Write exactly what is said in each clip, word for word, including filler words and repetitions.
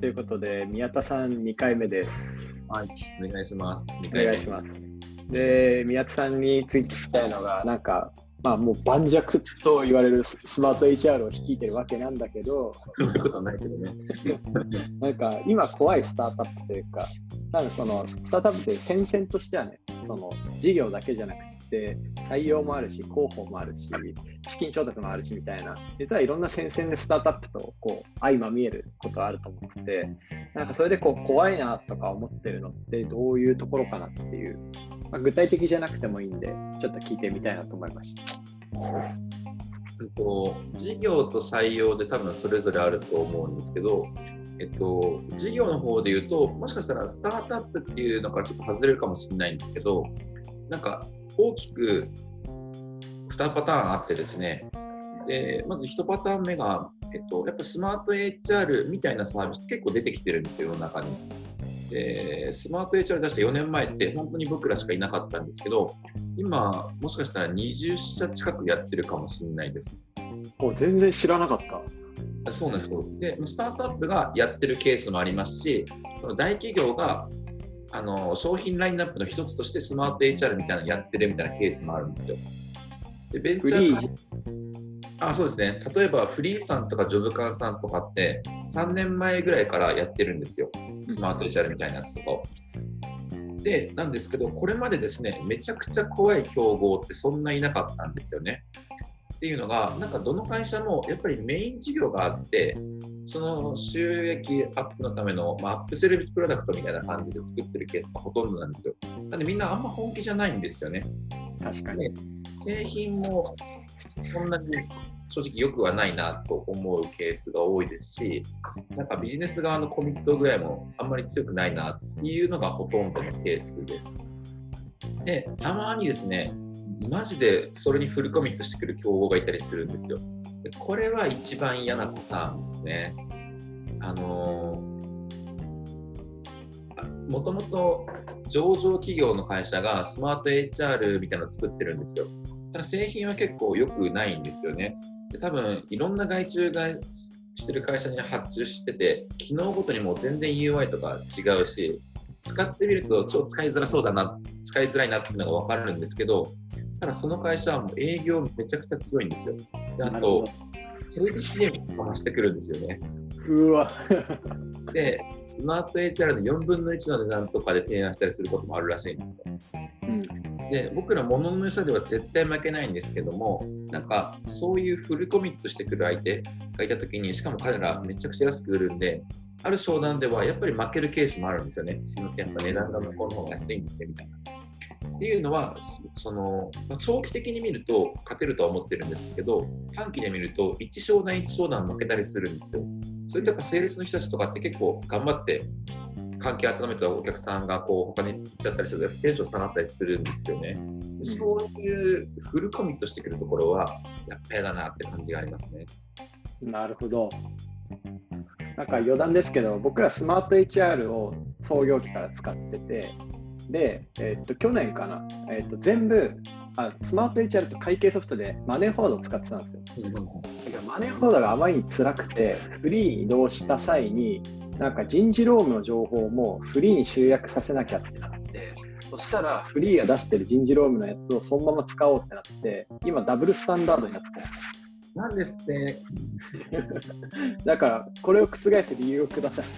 ということで、宮田さんにかいめです。 はい、お願いします。 お願いします。で、宮田さんについて聞きたいのが、なんか、まあ、もう盤石と言われるスマート エイチアール を率いてるわけなんだけど、 そんなことはないけどね。 なんか、今怖いスタートアップというか、多分そのスタートアップって戦線としてはね、その事業だけじゃなくて、採用もあるし、広報もあるし、資金調達もあるしみたいな、実はいろんな戦線でスタートアップとこう相まみえることがあると思ってて、なんかそれでこう怖いなとか思ってるのってどういうところかなっていう、まあ、具体的じゃなくてもいいんで、ちょっと聞いてみたいなと思いました。 えっと、事業と採用で多分それぞれあると思うんですけど、えっと、事業の方で言うと、もしかしたらスタートアップっていうのからちょっと外れるかもしれないんですけど、なんか大きくにパターンあってですね、でまずいちパターン目が、えっと、やっぱスマート エイチアール みたいなサービス結構出てきてるんですよ、世の中に。でスマート エイチアール 出したよねんまえって本当に僕らしかいなかったんですけど、今もしかしたらにじゅっしゃ近くやってるかもしれないです。 お、全然知らなかった。 そうなんですよ。でスタートアップがやってるケースもありますし、大企業があの商品ラインナップの一つとしてスマート エイチアール みたいなのやってるみたいなケースもあるんですよ。でベンチャーあそうですね、例えばフリーさんとかジョブカンさんとかってさんねんまえぐらいからやってるんですよ、スマート エイチアール みたいなやつとかを。でなんですけど、これまでですね、めちゃくちゃ怖い競合ってそんないなかったんですよね。っていうのが、なんかどの会社もやっぱりメイン事業があって、その収益アップのための、まあ、アップセルビスプロダクトみたいな感じで作ってるケースがほとんどなんですよ。なんでみんなあんま本気じゃないんですよね。 確かに。 製品もそんなに正直良くはないなと思うケースが多いですし、なんかビジネス側のコミット具合もあんまり強くないなっていうのがほとんどのケースです。で、たまにですね、マジでそれにフルコミットしてくる競合がいたりするんですよ。でこれは一番嫌なパターンですね。あのー、もともと上場企業の会社がスマート エイチアール みたいなのを作ってるんですよ。ただ製品は結構良くないんですよね。で多分いろんな外注がしてる会社に発注してて、機能ごとにも全然 ユーアイ とか違うし、使ってみると超使いづらそうだな、使いづらいなっていうのが分かるんですけど、ただその会社はもう営業めちゃくちゃ強いんですよ。であと、テレビ シーエム とかもしてくるんですよね。 うわで、スマート エイチアール のよんぶんのいちの値段とかで提案したりすることもあるらしいんですよ。うんで僕ら物の良さでは絶対負けないんですけども、なんかそういうフルコミットしてくる相手がいたときに、しかも彼らめちゃくちゃ安く売るんで、ある商談ではやっぱり負けるケースもあるんですよね。すみません、やっぱ値段が向こうの方が安いんでみたいな。っていうのは、その長期的に見ると勝てるとは思ってるんですけど、短期で見るといち商談いち商談負けたりするんですよ。そういったやっぱセールスの人たちとかって結構頑張って関係温めたお客さんがこう他に行っちゃったりするとテンション下がったりするんですよね。そういうフルコミットしてくるところはやっぱりだなって感じがありますね。 なるほど。なんか余談ですけど、僕らスマート エイチアール を創業期から使ってて、で、えー、と去年かな、えー、と全部あ、スマート エイチアール と会計ソフトでマネーフォワードを使ってたんですよ。だからマネーフォワードがあまりに辛くて、フリーに移動した際に、なんか人事労務の情報もフリーに集約させなきゃってなって、そしたらフリーが出してる人事労務のやつをそのまま使おうってなって、今ダブルスタンダードになってます。 なんですってだからこれを覆す理由をください。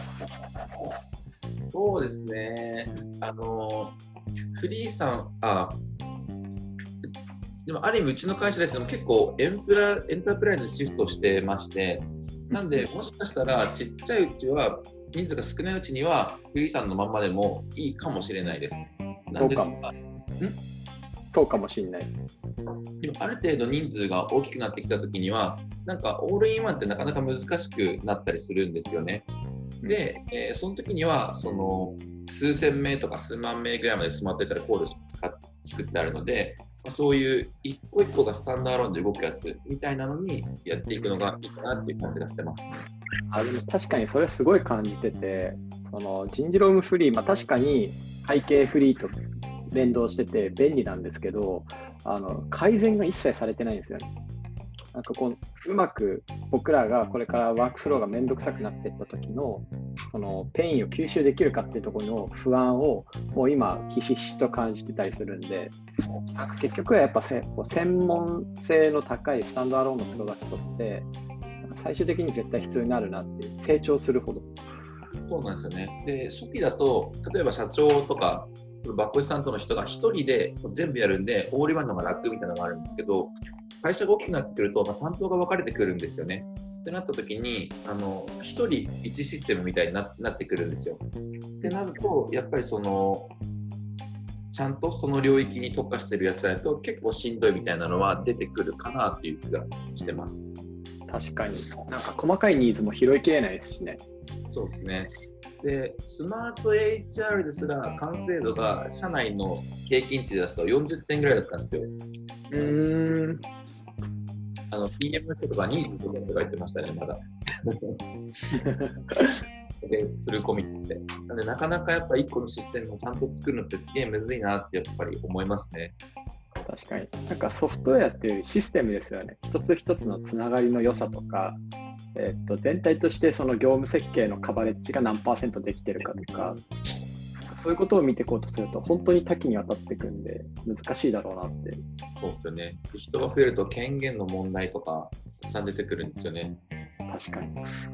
そうですね、あのフリーさん、あでもある意味うちの会社ですね、結構エンプラエンタープライズにシフトしてまして、なんでもしかしたらちっちゃいうちは人数が少ないうちにはフリーさんのまんまでもいいかもしれないです。 そうかも。んそうかもしれない。 でもある程度人数が大きくなってきたときには、なんかオールインワンってなかなか難しくなったりするんですよね。で、えー、その時にはその数千名とか数万名ぐらいまでスマート エイチアール コード使って作ってあるので、そういう一個一個がスタンダードローンで動くやつみたいなのにやっていくのがいいかなっていう感じがしてますね。 あでも確かにそれすごい感じてて、その人事労務フリー、まあ、確かに会計フリーと連動してて便利なんですけど、あの改善が一切されてないんですよね。 なんかこううまく僕らがこれからワークフローがめんどくさくなっていった時のそのペインを吸収できるかっていうところの不安をもう今ひしひしと感じてたりするんで、なんか結局はやっぱせこう専門性の高いスタンドアローンのプロダクトってなんか最終的に絶対必要になるなっていう、成長するほど。 そうなんですよね。で、初期だと例えば社長とかバックオフィス担当の人がひとりで全部やるんでオールインワンの方が楽みたいなのがあるんですけど、会社が大きくなってくると、まあ、担当が分かれてくるんですよね。ってなった時にあのひとりいちシステムみたいに な, なってくるんですよ。ってなるとやっぱりそのちゃんとその領域に特化してるやつだと結構しんどいみたいなのは出てくるかなっていう気がしてます。 確かになんか細かいニーズも拾いきれないですしね。 そうですね。で、スマート エイチアール ですら完成度が社内の平均値で出すとよんじゅってんぐらいだったんですよ。 うーん。 あの ピーエム の人とかにじゅうごてんとか言ってましたね、まだ。で、フルコミットで。なので、なかなかやっぱいっこのシステムをちゃんと作るのってすげえむずいなってやっぱり思いますね。 確かに。なんかソフトウェアっていうシステムですよね。一つ一つのつながりの良さとか、えっと、全体としてその業務設計のカバレッジが何パーセントできてるかとか、そういうことを見ていこうとすると本当に多岐にわたっていくんで難しいだろうなって。 そうですよね。人が増えると権限の問題とかたくさん出てくるんですよね。 確かに。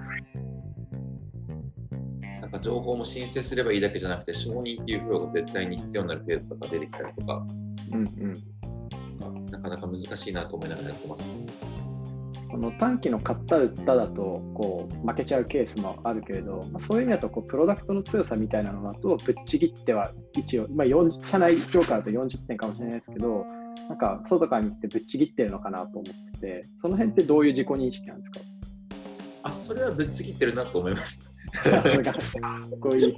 なんか情報も申請すればいいだけじゃなくて承認っていうフローが絶対に必要になるフェーズとか出てきたりとか、 うんうん、 なかなか難しいなと思いながらやってます。 この短期の買った売っただとこう負けちゃうケースもあるけれど、まあ、そういう意味だとこうプロダクトの強さみたいなのだとぶっちぎっては一応、まあ、社内評価だとよんじゅってんかもしれないですけど、なんか外から見てぶっちぎってるのかなと思ってて、その辺ってどういう自己認識なんですか？ あ、それはぶっちぎってるなと思います。 さすがかっこいい。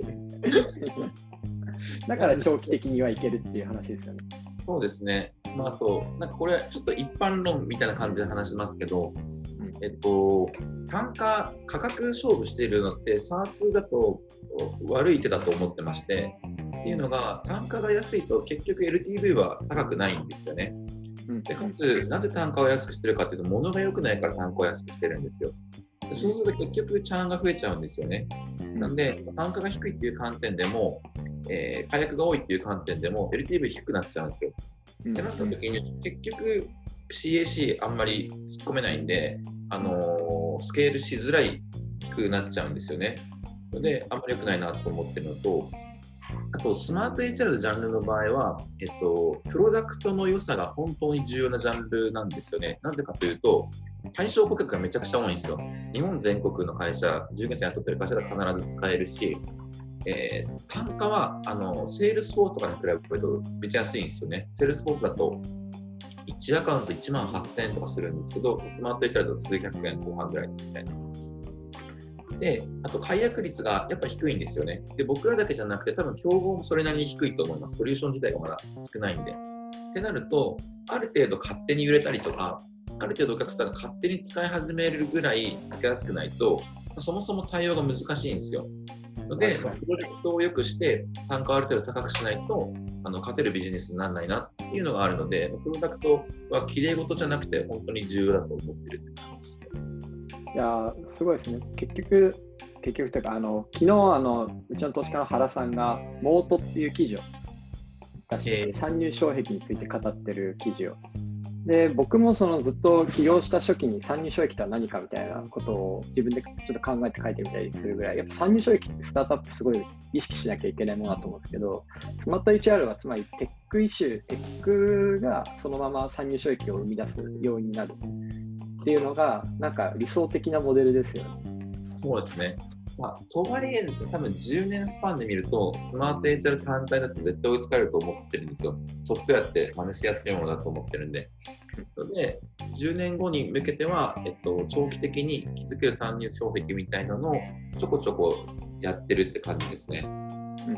だから長期的にはいけるっていう話ですよね。 そうですね。まあ、あと、なんかこれちょっと一般論みたいな感じで話しますけど、うん、えっと、単価、価格勝負しているのって SaaS だと悪い手だと思ってまして、っていうのが単価が安いと結局 エルティーブイ は高くないんですよね。でかつ、なぜ単価を安くしてるかというと、物が良くないから単価を安くしてるんですよ。でそうすると結局チャーンが増えちゃうんですよね。なので、単価が低いっていう観点でも、えー、解約が多いっていう観点でも エルティーブイ 低くなっちゃうんですよ。ってなった時に結局 シーエーシー あんまり突っ込めないんで、あのー、スケールしづらくなっちゃうんですよね。で、あんまり良くないなと思ってるのと、あとスマート エイチアール のジャンルの場合は、えっと、プロダクトの良さが本当に重要なジャンルなんですよね。なぜかというと、対象顧客がめちゃくちゃ多いんですよ。日本全国の会社、従業員さん雇ってる会社が必ず使えるし、えー、単価はあのセールスフォースとかに比べるとめっちゃ安いんですよね。セールスフォースだといちアカウントいちまんはっせんえんとかするんですけど、スマート エイチアール だと数百円後半ぐらいですみたいな。で、あと解約率がやっぱ低いんですよね。で、僕らだけじゃなくて多分競合もそれなりに低いと思います。ソリューション自体がまだ少ないんで。ってなると、ある程度勝手に売れたりとか、ある程度お客さんが勝手に使い始めるぐらい使いやすくないと、そもそも対応が難しいんですよ。ので、プロジェクトを良くして単価をある程度高くしないとあの勝てるビジネスにならないなっていうのがあるので、プロダクトは綺麗事じゃなくて本当に重要だと思ってるって感じですね。 いやすごいですね。結局、結局というか、あの昨日あのうちの投資家の原さんがモートっていう記事を出して、えー、参入障壁について語ってる記事を。で、僕もそのずっと起業した初期に参入障壁とは何かみたいなことを自分でちょっと考えて書いてみたりするぐらい、やっぱ参入障壁ってスタートアップすごい意識しなきゃいけないものだと思うんですけど、スマート エイチアール はつまりテックイシュー、テックがそのまま参入障壁を生み出すようになるっていうのが、なんか理想的なモデルですよね。 そうですね。まあ、とはいえですね、多分じゅうねんスパンで見ると、スマート エイチアール 単体だと絶対追いつかれると思ってるんですよ。ソフトウェアって真似しやすいものだと思ってるんで。なので、じゅうねんごに向けては、えっと、長期的に築ける参入障壁みたいなのをちょこちょこやってるって感じですね。うんうん、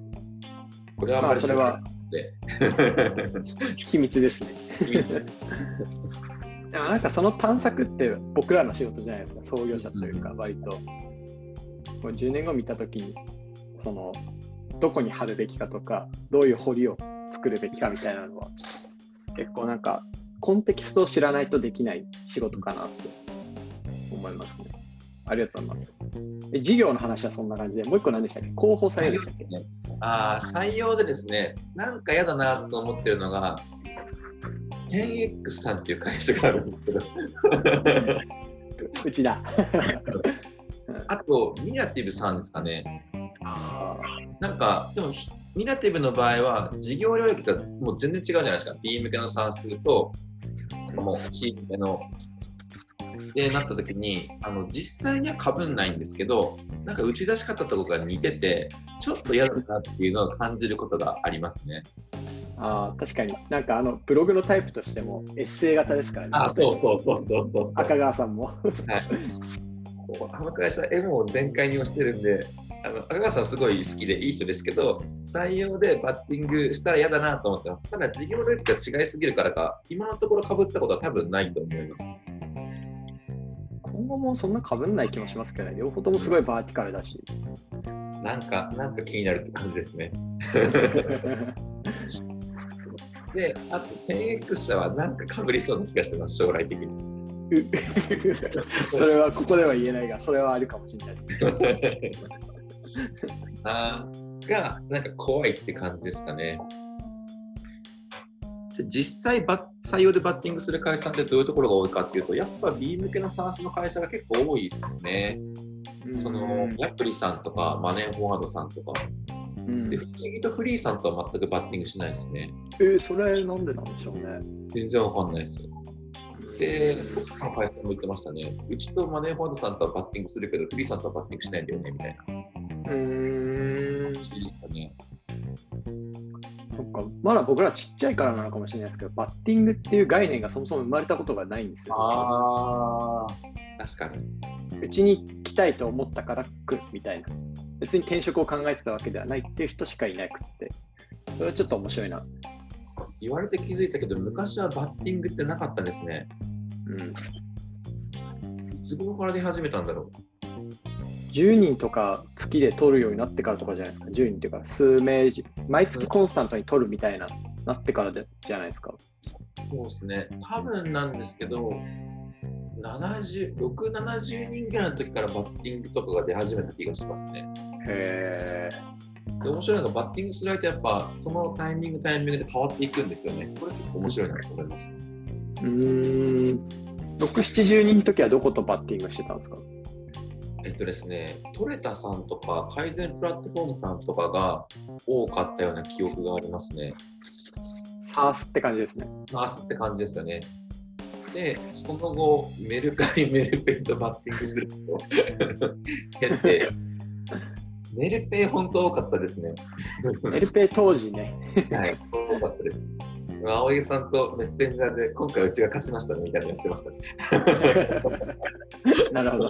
これはあんまり知らなくて、 まあ、秘密ですね。秘密でもなんかその探索って僕らの仕事じゃないですか、創業者というか、割と。じゅうねんご見たときに、そのどこに貼るべきかとか、どういう堀を作るべきかみたいなのは、結構なんかコンテキストを知らないとできない仕事かなって思いますね。ありがとうございます。で事業の話はそんな感じで、もう一個何でしたっけ？広報採用でしたっけ？ ああ、採用でですね、なんか嫌だなと思ってるのが、テンエックス さんっていう会社があるんですけど、 うちだ。 あと、ミラティブさんですかね。なんか、でも、ミラティブの場合は、事業領域がもう全然違うじゃないですか。B 向けのサースと、もう C 向けの。で、なった時に、あの実際には被んないんですけど、なんか打ち出し方とかが似てて、ちょっと嫌だなっていうのを感じることがありますね。 ああ、確かに。なんかあのブログのタイプとしてもエッセイ型ですからね。 あ、そうそうそうそうそう。 赤川さんも。 はい。あの会社、絵も全開に押してるんで、あの赤川さんすごい好きでいい人ですけど、採用でバッティングしたら嫌だなと思ってます。ただ、事業領域が違いすぎるからか、今のところ被ったことは多分ないと思います。 今後もそんな被んない気もしますけどね。両方ともすごいバーティカルだし。 なんか、なんか気になるって感じですね。で、あと テンエックス 社はなんか被りそうな気がしてます、将来的に。 それはここでは言えないが、それはあるかもしれないですね。 あが、なんか怖いって感じですかね。で実際バ採用でバッティングする会社ってどういうところが多いかっていうと、やっぱ B 向けの サース の会社が結構多いですね。そのヤプリさんとかマネーフォワードさんとか、うん、で不思議とフリーさんとは全くバッティングしないですね。 えー、それなんでなんでしょうね。 全然わかんないです。で、僕の会社も言ってましたね。うちとマネーフォワードさんとはバッティングするけど、フリーさんとはバッティングしないんだよねみたいな。 うーん。 いいですかね。 そっか、まだ僕らちっちゃいからなのかもしれないですけど、バッティングっていう概念がそもそも生まれたことがないんですよ。 ああ、確かに。 うちに来たいと思ったから来るみたいな。別に転職を考えてたわけではないっていう人しかいなくって、それはちょっと面白いな。 言われて気づいたけど、昔はバッティングってなかったんですね。 うん。 いつ頃から出始めたんだろう。 じゅうにんとか月で取るようになってからとかじゃないですか。じゅうにんっていうか、数名、毎月コンスタントに取るみたいな、なってからでじゃないですか。 そうですね。多分なんですけど、ななじゅう、ろく、ななじゅうにんぐらいの時からバッティングとかが出始めた気がしますね。 へー。で、面白いのがバッティングする相手やっぱそのタイミングタイミングで変わっていくんですよね。これ結構面白いなと思います。 うーん。ろく、ななじゅうにんの時はどことバッティングしてたんですか？ えっとですね、トレタさんとか改善プラットフォームさんとかが多かったような記憶がありますね。 サースって感じですね。 サースって感じですよね。で、その後、メルカリ、メルペイとバッティングすると変で、メルペイ本当多かったですね。 メルペイ当時ね。 はい、多かったです。青井さんとメッセンジャーで今回うちが貸しましたねみたいなのやってましたね。 なるほど。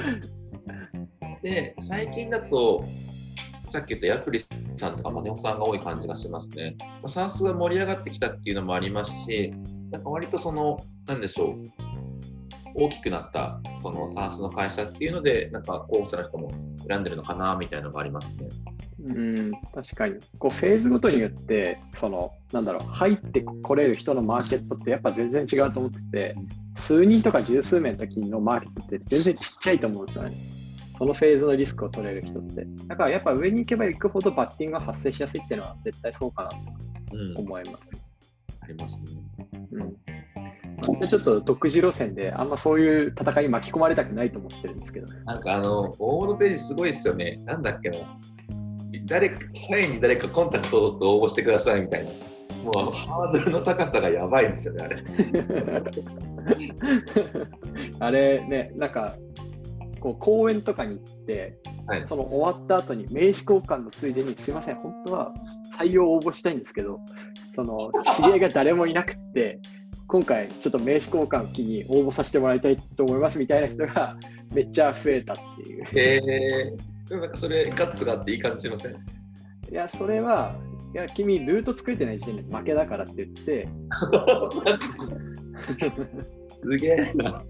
で、最近だと、さっき言ったヤプリさんとかマネオさんが多い感じがしますね。サースが盛り上がってきたっていうのもありますし、なんか割とその、なんでしょう、大きくなったそのサースの会社っていうので、なんか候補者の人も選んでるのかなみたいなのがありますね。 うん、確かに。こうフェーズごとによって、その、なんだろう、入ってこれる人のマーケットってやっぱ全然違うと思ってて、数人とか十数名の時のマーケットって全然ちっちゃいと思うんですよね。そのフェーズのリスクを取れる人って。だからやっぱ上に行けば行くほどバッティングが発生しやすいっていうのは絶対そうかなと思います。 うん、ありますね。 うん。ちょっと独自路線であんまそういう戦いに巻き込まれたくないと思ってるんですけど、ね、 なんかあの大物ページすごいですよね。なんだっけな、誰か社員に誰かコンタクトと応募してくださいみたいな、もうハードルの高さがやばいですよね、あれ。 あれね、なんかこう講演とかに行って、はい、その終わった後に名刺交換のついでに、すいません、本当は採用応募したいんですけど、その知り合いが誰もいなくって今回ちょっと名刺交換を機に応募させてもらいたいと思いますみたいな人がめっちゃ増えたっていう。 へー、でもなんかそれガッツがあっていい感じしません？いや、それは、いや、君ルート作れてない時点で負けだからって言ってすげえな。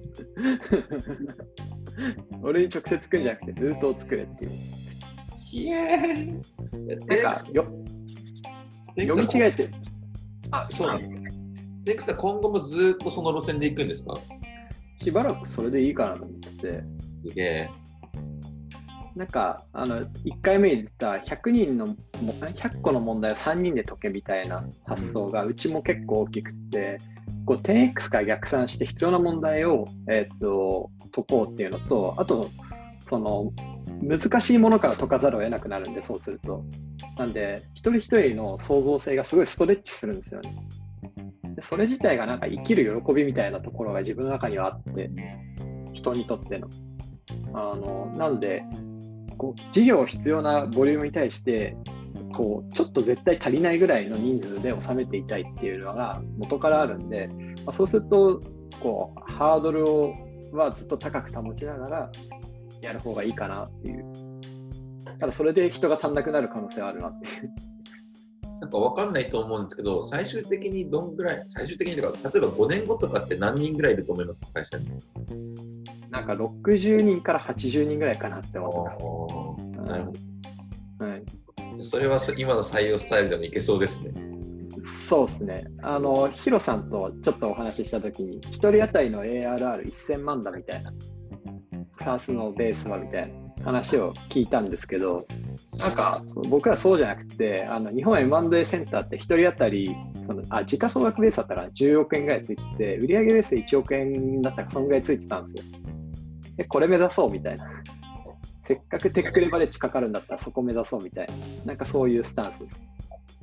俺に直接作るんじゃなくてルートを作れっていう。 ひえー。 なんかよ読み違えてる。 あ、そうなんですね。 テイクさん、今後もずっとその路線で行くんですか？ しばらくそれでいいかなと思ってて。 すげえ。 なんか、あの、いっかいめに言ったひゃくにんの、ひゃっこの問題をさんにんで解けみたいな発想がうちも結構大きくって、こう テンエックス から逆算して必要な問題を、えー、と解こうっていうのと、あと、その、難しいものから解かざるを得なくなるんで、そうすると。なんで、一人一人の創造性がすごいストレッチするんですよね。でそれ自体がなんか生きる喜びみたいなところが自分の中にはあって、人にとっての。あの、なんで、こう事業必要なボリュームに対してこうちょっと絶対足りないぐらいの人数で収めていたいっていうのが元からあるんで、まあ、そうするとこうハードルをはずっと高く保ちながらやる方がいいかなっていう。ただそれで人が足んなくなる可能性はあるなっていう。 なんか分かんないと思うんですけど、最終的にどんぐらい、最終的にとか、例えばごねんごとかって何人ぐらいいると思いますか、会社に。 なんかろくじゅうにんからはちじゅうにんぐらいかなって思ってます。 なるほど。はい。 それは今の採用スタイルでもいけそうですね。 そうですね。あの、ヒロさんとちょっとお話ししたときに、ひとり当たりの エーアールアールせんまんだみたいな、SaaS のベースはみたいな話を聞いたんですけど、なんか僕らそうじゃなくて、あの日本 エムアンドエー センターってひとり当たり、そのあ時価総額ベースだったらじゅうおくえんぐらいついてて、売上ベースでいちおくえんだったらそんぐらいついてたんですよ。で、これ目指そうみたいな。せっかくテックレバレッジかかるんだったらそこ目指そうみたいな、なんかそういうスタンスです。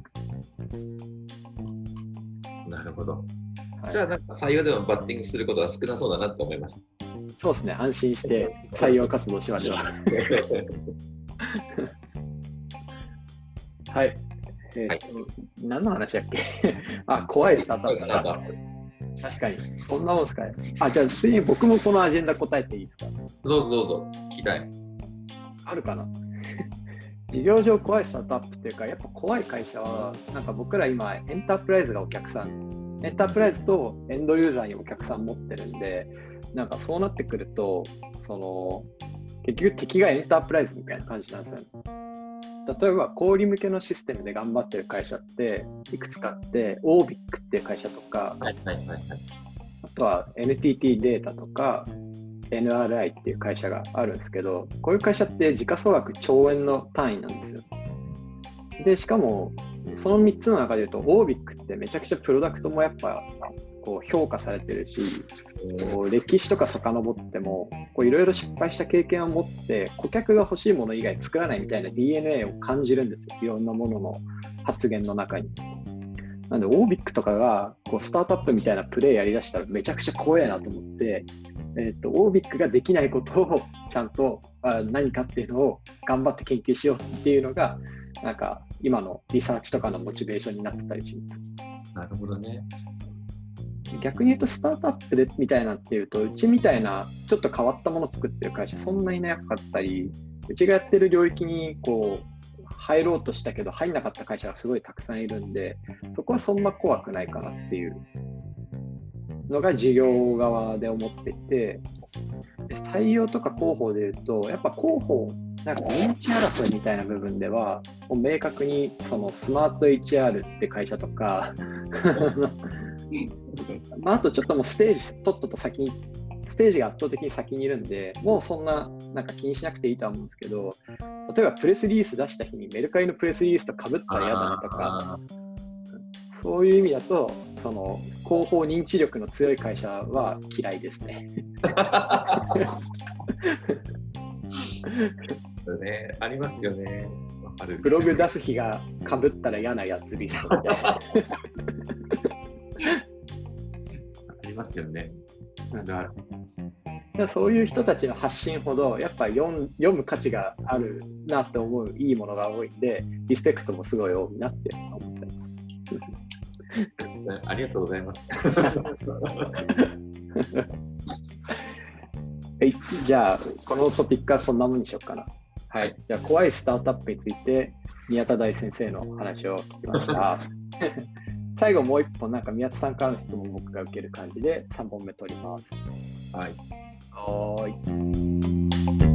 なるほど。 はい、 じゃあ、なんか採用でもバッティングすることは少なそうだなと思いました。 そうですね、安心して採用活動しましょう。はい。えーはい、何の話だっけあ、怖いスタートアップだ。確かに、そんなもんですかね。あ、じゃあ、ついに僕もこのアジェンダ答えていいですか？ どうぞどうぞ、聞きたい。 あるかな事業上怖いスタートアップっていうか、やっぱ怖い会社は、なんか僕ら今、エンタープライズがお客さん、エンタープライズとエンドユーザーにお客さん持ってるんで、なんかそうなってくると、その、結局敵がエンタープライズみたいな感じなんですよね。例えば、小売向けのシステムで頑張ってる会社っていくつかあって、オービックっていう会社とか、 はいはいはいはい、 あとは エヌティーティー データとか、エヌアールアイ っていう会社があるんですけど、こういう会社って時価総額ちょうえんの単位なんですよ。で、しかも、そのみっつの中で言うと、オービックってめちゃくちゃプロダクトもやっぱこう評価されてるし、こう歴史とか遡っても、いろいろ失敗した経験を持って、顧客が欲しいもの以外作らないみたいな ディーエヌエー を感じるんですよ。いろんなものの発言の中に。なんで、オービックとかがこうスタートアップみたいなプレイやりだしたらめちゃくちゃ怖いなと思って、えーと、オービックができないことをちゃんとあ何かっていうのを頑張って研究しようっていうのが、なんか今のリサーチとかのモチベーションになってたりします。 なるほどね。 逆に言うとスタートアップでみたいなっていうと、うちみたいなちょっと変わったものを作ってる会社そんなになかったり、うちがやってる領域にこう入ろうとしたけど入んなかった会社がすごいたくさんいるんで、そこはそんな怖くないかなっていうのが事業側で思っていて、で採用とか広報でいうと、やっぱ広報なんか認知争いみたいな部分ではもう明確にそのスマート エイチアール って会社とかまあ、あとちょっともうステージとっとと先にステージが圧倒的に先にいるんで、もうそんななんか気にしなくていいとは思うんですけど、例えばプレスリリース出した日にメルカリのプレスリリースと被ったら嫌だねとか、そういう意味だとその広報認知力の強い会社は嫌いですね。 ね、ありますよね。あるブログ出す日が被ったら嫌なやつリストみたいな。 ありますよね。 うん、そういう人たちの発信ほどやっぱ読む、読む価値があるなって思ういいものが多いんで、リスペクトもすごい多いなって思ってます。 ありがとうございます。 はい、じゃあこのトピックはそんなもんにしようかな。はい、じゃあ怖いスタートアップについて宮田大先生の話を聞きました。最後もう一本なんか宮田さんからの質問を僕が受ける感じでさんぼんめ取ります。 はい。 はーい。